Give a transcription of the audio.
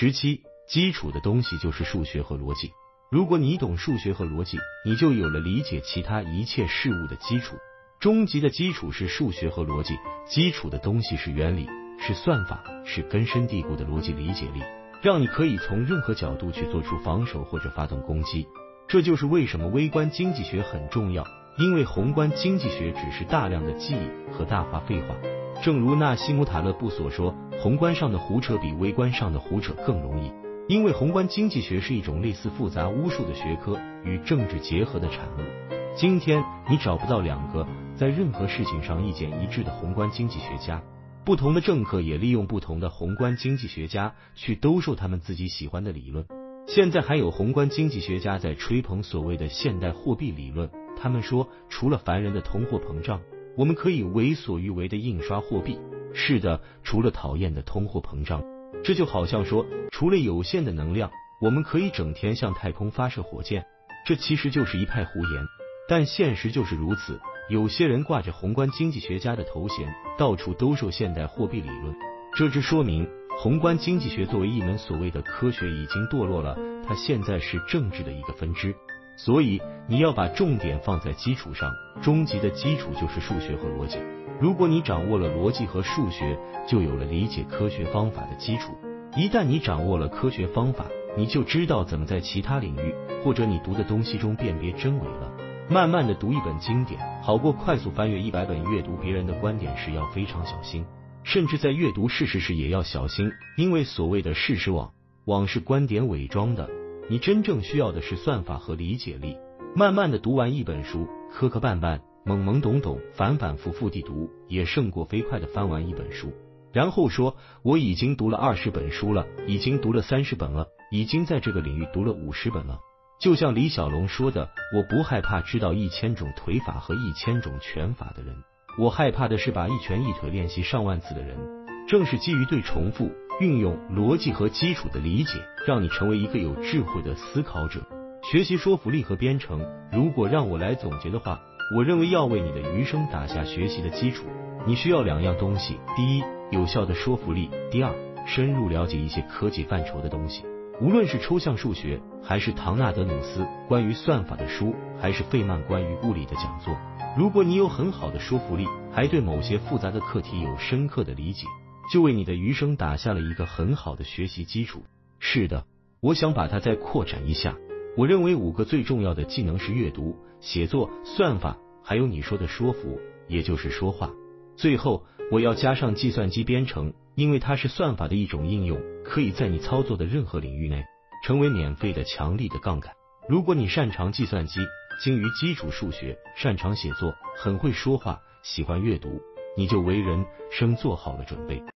17，基础的东西就是数学和逻辑。如果你懂数学和逻辑，你就有了理解其他一切事物的基础。终极的基础是数学和逻辑，基础的东西是原理，是算法，是根深蒂固的逻辑理解力，让你可以从任何角度去做出防守或者发动攻击。这就是为什么微观经济学很重要，因为宏观经济学只是大量的记忆和大话废话。正如纳西姆塔勒布所说，宏观上的胡扯比微观上的胡扯更容易，因为宏观经济学是一种类似复杂巫术的学科，与政治结合的产物。今天你找不到两个在任何事情上意见一致的宏观经济学家，不同的政客也利用不同的宏观经济学家去兜售他们自己喜欢的理论。现在还有宏观经济学家在吹捧所谓的现代货币理论，他们说除了烦人的通货膨胀，我们可以为所欲为的印刷货币。是的，除了讨厌的通货膨胀，这就好像说除了有限的能量，我们可以整天向太空发射火箭。这其实就是一派胡言，但现实就是如此。有些人挂着宏观经济学家的头衔，到处兜售现代货币理论，这只说明宏观经济学作为一门所谓的科学已经堕落了，它现在是政治的一个分支。所以你要把重点放在基础上，终极的基础就是数学和逻辑。如果你掌握了逻辑和数学，就有了理解科学方法的基础。一旦你掌握了科学方法，你就知道怎么在其他领域或者你读的东西中辨别真伪了。慢慢的读一本经典，好过快速翻阅100本。阅读别人的观点时要非常小心，甚至在阅读事实时也要小心，因为所谓的事实网是观点伪装的。你真正需要的是算法和理解力。慢慢的读完一本书，磕磕绊绊，懵懵懂懂，反反复复地读，也胜过飞快的翻完一本书，然后说我已经读了20本书了，已经读了30本了，已经在这个领域读了50本了。就像李小龙说的，我不害怕知道1000种腿法和1000种拳法的人，我害怕的是把一拳一腿练习上万次的人。正是基于对重复、运用逻辑和基础的理解，让你成为一个有智慧的思考者。学习说服力和编程，如果让我来总结的话，我认为要为你的余生打下学习的基础，你需要2样东西：第一，有效的说服力；第二，深入了解一些科技范畴的东西。无论是抽象数学，还是唐纳德·努斯关于算法的书，还是费曼关于物理的讲座，如果你有很好的说服力，还对某些复杂的课题有深刻的理解，就为你的余生打下了一个很好的学习基础。是的，我想把它再扩展一下。我认为5个最重要的技能是阅读、写作、算法，还有你说的说服，也就是说话。最后，我要加上计算机编程，因为它是算法的一种应用，可以在你操作的任何领域内成为免费的强力的杠杆。如果你擅长计算机，精于基础数学，擅长写作，很会说话，喜欢阅读，你就为人生做好了准备。